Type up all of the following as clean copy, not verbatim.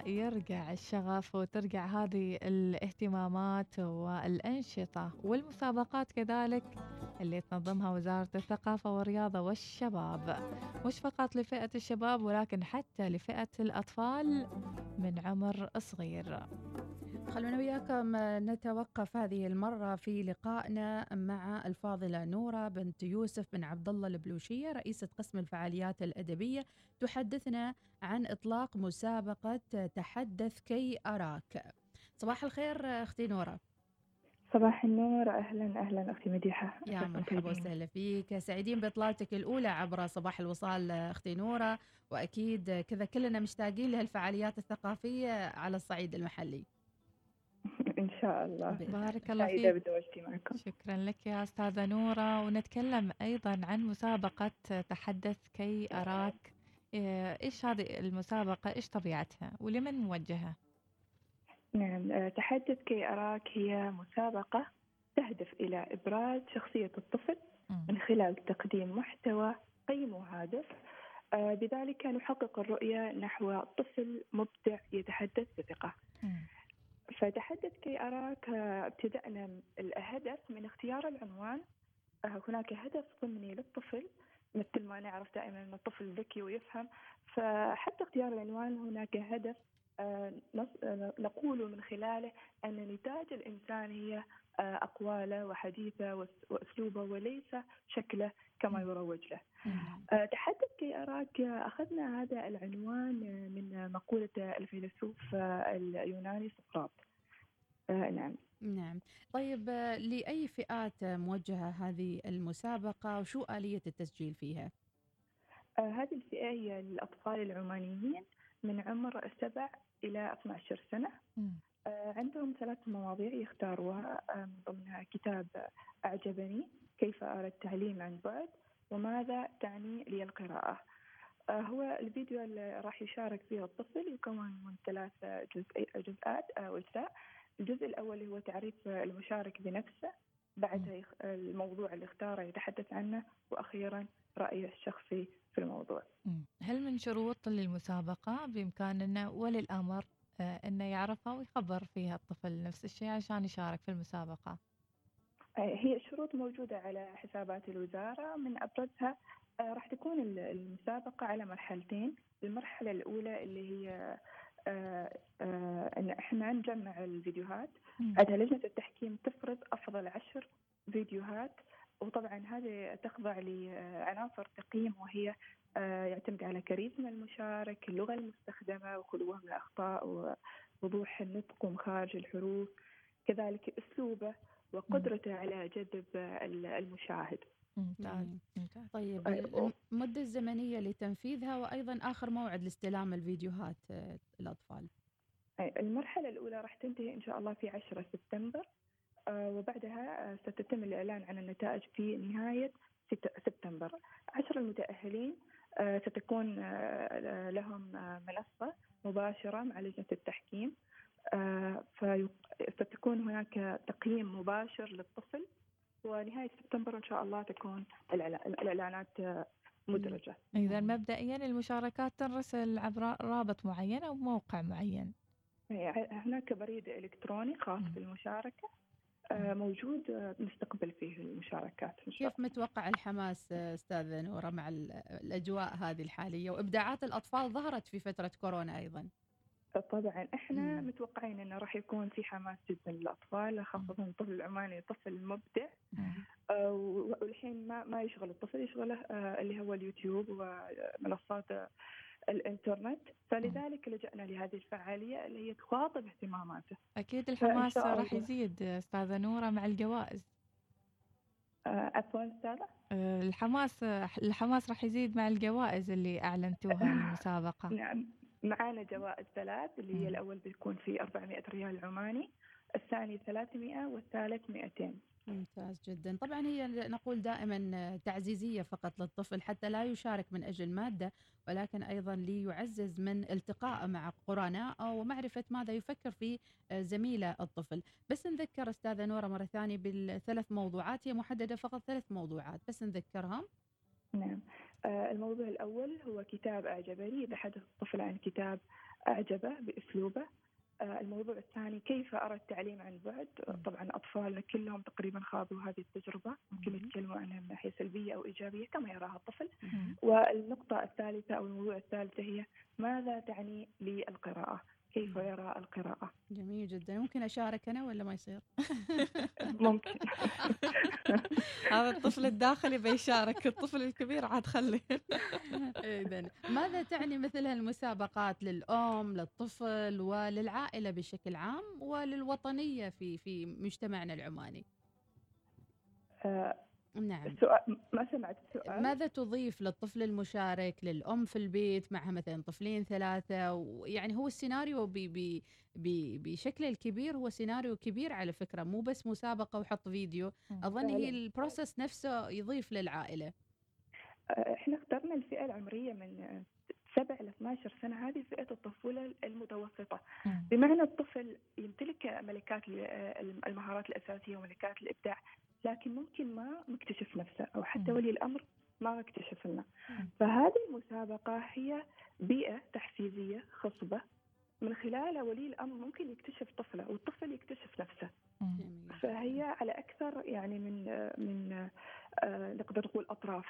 يرجع الشغف وترجع هذه الاهتمامات والأنشطة والمسابقات كذلك اللي تنظمها وزارة الثقافة والرياضة والشباب، مش فقط لفئة الشباب ولكن حتى لفئة الأطفال من عمر صغير. خلونا وياكم نتوقف هذه المرة في لقائنا مع الفاضلة نورة بنت يوسف بن عبد الله البلوشية، رئيسة قسم الفعاليات الأدبية، تحدثنا عن إطلاق مسابقة تحدث كي أراك. صباح الخير أختي نورة. صباح النور، أهلا أهلا أختي مديحة، يا عساكم مرحبا طيبين. وسهلا فيك، سعيدين بإطلالتك الأولى عبر صباح الوصال أختي نورة، وأكيد كذا كلنا مشتاقين لهالفعاليات الثقافية على الصعيد المحلي. إن شاء الله. بإذن الله. بارك الله سعيدة فيك. بتواجدي معكم. شكرا لك يا أستاذة نورة، ونتكلم أيضا عن مسابقة تحدث كي أراك. إيش هذه المسابقة؟ إيش طبيعتها ولمن موجهة؟ نعم، تحدث كي أراك هي مسابقة تهدف إلى إبراز شخصية الطفل من خلال تقديم محتوى قيم وهادف، بذلك نحقق الرؤية نحو طفل مبدع يتحدث بثقة. فتحدث كي أراك ابتدأنا الهدف من اختيار العنوان. هناك هدف ضمني للطفل، مثل ما نعرف دائما أن الطفل ذكي ويفهم، فحتى اختيار العنوان هناك هدف نقول من خلاله أن نتاج الإنسان هي أقواله وحديثه وأسلوبه وليس شكله كما يروج له. تحدث كي أراك أخذنا هذا العنوان من مقولة الفيلسوف اليوناني سقراط. نعم. نعم. طيب لأي فئات موجهة هذه المسابقة وشو آلية التسجيل فيها؟ هذه الفئة هي الأطفال العمانيين من عمر 7 إلى 12 سنة. عندهم 3 مواضيع يختاروها، من ضمنها كتاب أعجبني، كيف أرى التعليم عن بعد، وماذا تعني لي القراءة. هو الفيديو اللي راح يشارك فيه الطفل يكون من 3 جزئات أو أجزاء. الجزء الأول هو تعريف المشارك بنفسه، بعدها الموضوع اللي اختاره يتحدث عنه، وأخيرا رأيه الشخصي في الموضوع. هل من شروط للمسابقة بإمكاننا ولي الأمر أنه يعرفها ويخبر فيها الطفل نفس الشيء عشان يشارك في المسابقة؟ هي الشروط موجودة على حسابات الوزارة، من أبرزها راح تكون المسابقة على مرحلتين. المرحلة الأولى اللي هي أن إحنا نجمع الفيديوهات، بعدها لجنة التحكيم تفرض أفضل 10 فيديوهات، وطبعا هذه تخضع لعناصر تقييم، وهي يعتمد على كاريزما المشارك، اللغة المستخدمة وخلوه من الأخطاء، ووضوح النطق ومخارج الحروف، كذلك أسلوبه وقدرته على جذب المشاهد. ممتاز. طيب المدة الزمنية لتنفيذها، وأيضا آخر موعد لاستلام الفيديوهات الأطفال؟ المرحلة الأولى راح تنتهي إن شاء الله في 10 سبتمبر، وبعدها ستتم الإعلان عن النتائج في نهاية سبتمبر. 10 المتأهلين ستكون لهم منصة مباشرة مع لجنة التحكيم، فستكون هناك تقييم مباشر للطفل، ونهاية سبتمبر إن شاء الله تكون الإعلانات مدرجة. إذا مبدئيا المشاركات ترسل عبر رابط معين أو موقع معين؟ هناك بريد إلكتروني خاص بالمشاركة موجود نستقبل فيه المشاركات إن شاء الله. كيف متوقع الحماس أستاذة نورة مع الأجواء هذه الحالية، وإبداعات الأطفال ظهرت في فترة كورونا أيضا؟ طبعا احنا متوقعين انه راح يكون في حماس جدا للاطفال، خاصه الطفل العماني طفل مبدع، والحين ما يشغل الطفل، يشغله اللي هو اليوتيوب ومنصات الانترنت، فلذلك لجأنا لهذه الفعاليه اللي هي تخاطب اهتماماته. اكيد الحماس راح يزيد استاذه نوره مع الجوائز. عفوا استاذه، الحماس راح يزيد مع الجوائز اللي اعلنتوها للمسابقه. نعم، معانا جوائز 3، اللي هي الأول بيكون في 400 ريال عماني، الثاني 300، والثالث 200. ممتاز جدا. طبعا هي نقول دائما تعزيزية فقط للطفل، حتى لا يشارك من أجل مادة، ولكن أيضا ليعزز من التقائه مع قرناء ومعرفة ماذا يفكر في زميله الطفل. بس نذكر أستاذة نورة مرة ثانية بال3 موضوعات، هي محددة فقط 3 موضوعات بس نذكرهم. نعم، الموضوع الأول هو كتاب أعجبني، يتحدث الطفل عن كتاب أعجبه بأسلوبه. الموضوع الثاني كيف أرى التعليم عن بعد. طبعا أطفالنا كلهم تقريبا خاضوا هذه التجربة، ممكن يتكلموا عنها من ناحية سلبية أو إيجابية كما يراها الطفل. والنقطة الثالثة أو الموضوع الثالثة هي ماذا تعني لي القراءة، كيف يرى القراءة. جميل جدا. ممكن أشارك أنا ولا ما يصير؟ ممكن. هذا الطفل الداخلي بيشارك، الطفل الكبير عاد خليه. إذن ماذا تعني مثل هالمسابقات للأم، للطفل وللعائلة بشكل عام وللوطنية في مجتمعنا العماني؟ نعم. السؤال ما سمعت السؤال. ماذا تضيف للطفل المشارك، للأم في البيت معها مثلا طفلين 3؟ يعني هو السيناريو بشكل الكبير هو سيناريو كبير على فكرة، مو بس مسابقة وحط فيديو. أظن هي البروسس نفسه يضيف للعائلة. احنا اخترنا الفئة العمرية من 7 إلى 12 سنة، هذه فئة الطفولة المتوسطة. بمعنى الطفل يمتلك ملكات المهارات الأساسية وملكات الإبداع، لكن ممكن ما مكتشف نفسه، أو حتى ولي الأمر ما اكتشف لنا. فهذه المسابقة هي بيئة تحفيزية خصبة من خلالها ولي الأمر ممكن يكتشف طفله والطفل يكتشف نفسه. فهي على أكثر يعني من نقدر نقول أطراف.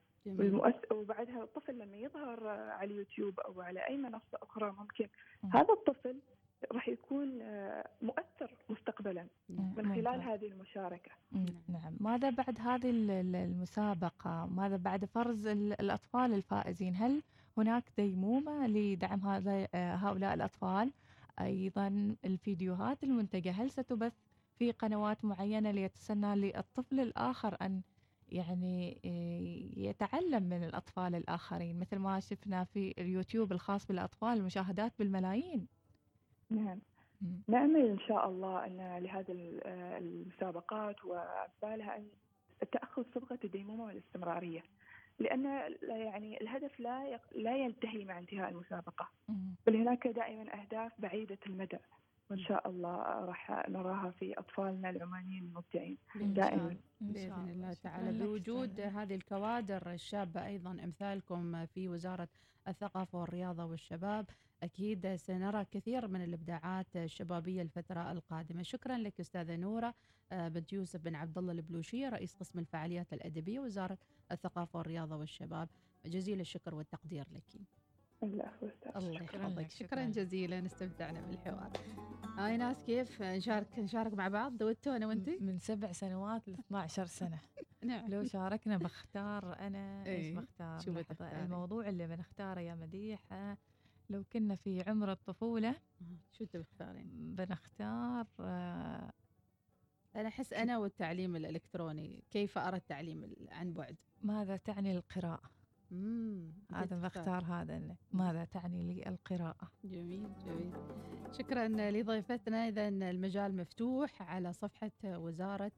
وبعدها الطفل لما يظهر على اليوتيوب أو على أي منصة أخرى ممكن هذا الطفل راح يكون مؤثر مستقبلا من خلال هذه المشاركة. نعم. ماذا بعد هذه المسابقة؟ ماذا بعد فرز الأطفال الفائزين؟ هل هناك ديمومة لدعم هؤلاء الأطفال؟ أيضا الفيديوهات المنتجة هل ستبث في قنوات معينة ليتسنى للطفل الآخر أن يعني يتعلم من الأطفال الآخرين، مثل ما شفنا في اليوتيوب الخاص بالأطفال المشاهدات بالملايين؟ نعم. نأمل إن شاء الله أن لهذه المسابقات وأمثالها أن تأخذ صبغة الديمومة والاستمرارية، لأن يعني الهدف لا ينتهي مع انتهاء المسابقة، بل هناك دائما أهداف بعيدة المدى، وإن شاء الله راح نراها في أطفالنا العمانيين المبدعين دائما بإذن الله تعالى. بوجود هذه الكوادر الشابة أيضا أمثالكم في وزارة الثقافة والرياضة والشباب، أكيد سنرى كثير من الإبداعات الشبابية الفترة القادمة. شكرا لك أستاذة نورة بنت يوسف بن عبد الله البلوشية، رئيس قسم الفعاليات الأدبية وزارة الثقافة والرياضة والشباب. جزيل الشكر والتقدير لك. الله يحفظك. شكرا جزيلا، استمتعنا بالحوار. هاي ناس كيف نشارك مع بعض دوتو أنا وأنتي من 7 سنوات ل 12 سنة. نعم. لو شاركنا بختار أنا إيش بختار؟ شو بتختاري؟ الموضوع اللي بنختاره يا مديحة لو كنا في عمر الطفولة شو تختارين؟ بنختار أنا أحس أنا والتعليم الإلكتروني، كيف أرى التعليم عن بعد؟ ماذا تعني القراءة؟ هذا بختار هذا. ماذا تعني لي القراءة؟ جميل جميل. شكرا لضيفتنا. إذا المجال مفتوح على صفحة وزارة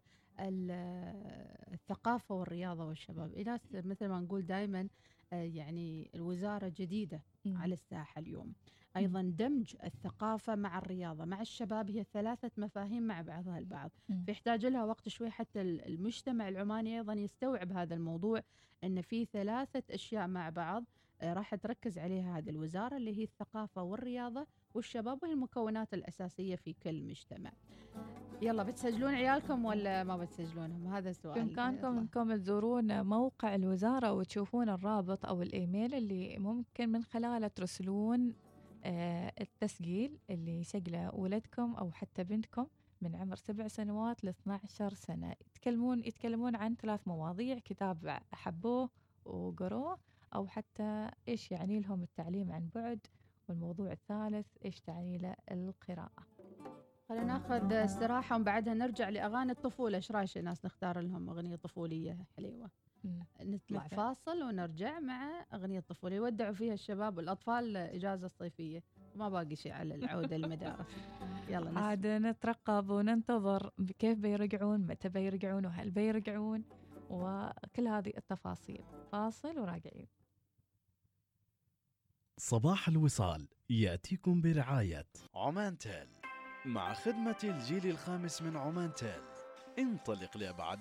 الثقافة والرياضة والشباب. إناس مثل ما نقول دائما يعني الوزارة جديدة على الساحة اليوم. أيضا دمج الثقافة مع الرياضة مع الشباب هي 3 مفاهيم مع بعضها البعض، فيحتاج لها وقت شوي حتى المجتمع العماني أيضا يستوعب هذا الموضوع، أن في 3 أشياء مع بعض راح تركز عليها هذه الوزارة، اللي هي الثقافة والرياضة والشباب، وهي المكونات الأساسية في كل مجتمع. يلا بتسجلون عيالكم ولا ما بتسجلونهم؟ هذا السؤال. بإمكانكم أنكم تزورون موقع الوزارة وتشوفون الرابط أو الإيميل اللي ممكن من خلاله ترسلون التسجيل اللي يسجله ولدكم أو حتى بنتكم من عمر 7 سنوات ل 12 سنة. يتكلمون عن 3 مواضيع: كتاب أحبوه وقروه، أو حتى إيش يعني لهم التعليم عن بعد، والموضوع الثالث إيش تعني له القراءة. خلينا ناخذ استراحة وبعدها نرجع لأغاني الطفولة. إيش رايك ناس نختار لهم أغنية طفولية حليوة؟ نطلع فاصل ونرجع مع أغنية طفولية يودعوا فيها الشباب والأطفال إجازة صيفية، وما باقي شيء على العودة للمدارس. يلا عاد نترقب وننتظر كيف بيرجعون، متى بيرجعون، وهل بيرجعون، وكل هذه التفاصيل. فاصل وراجعين. صباح الوصال يأتيكم برعاية عمان تيل. مع خدمة الجيل الخامس من عمان تيل، انطلق لأبعد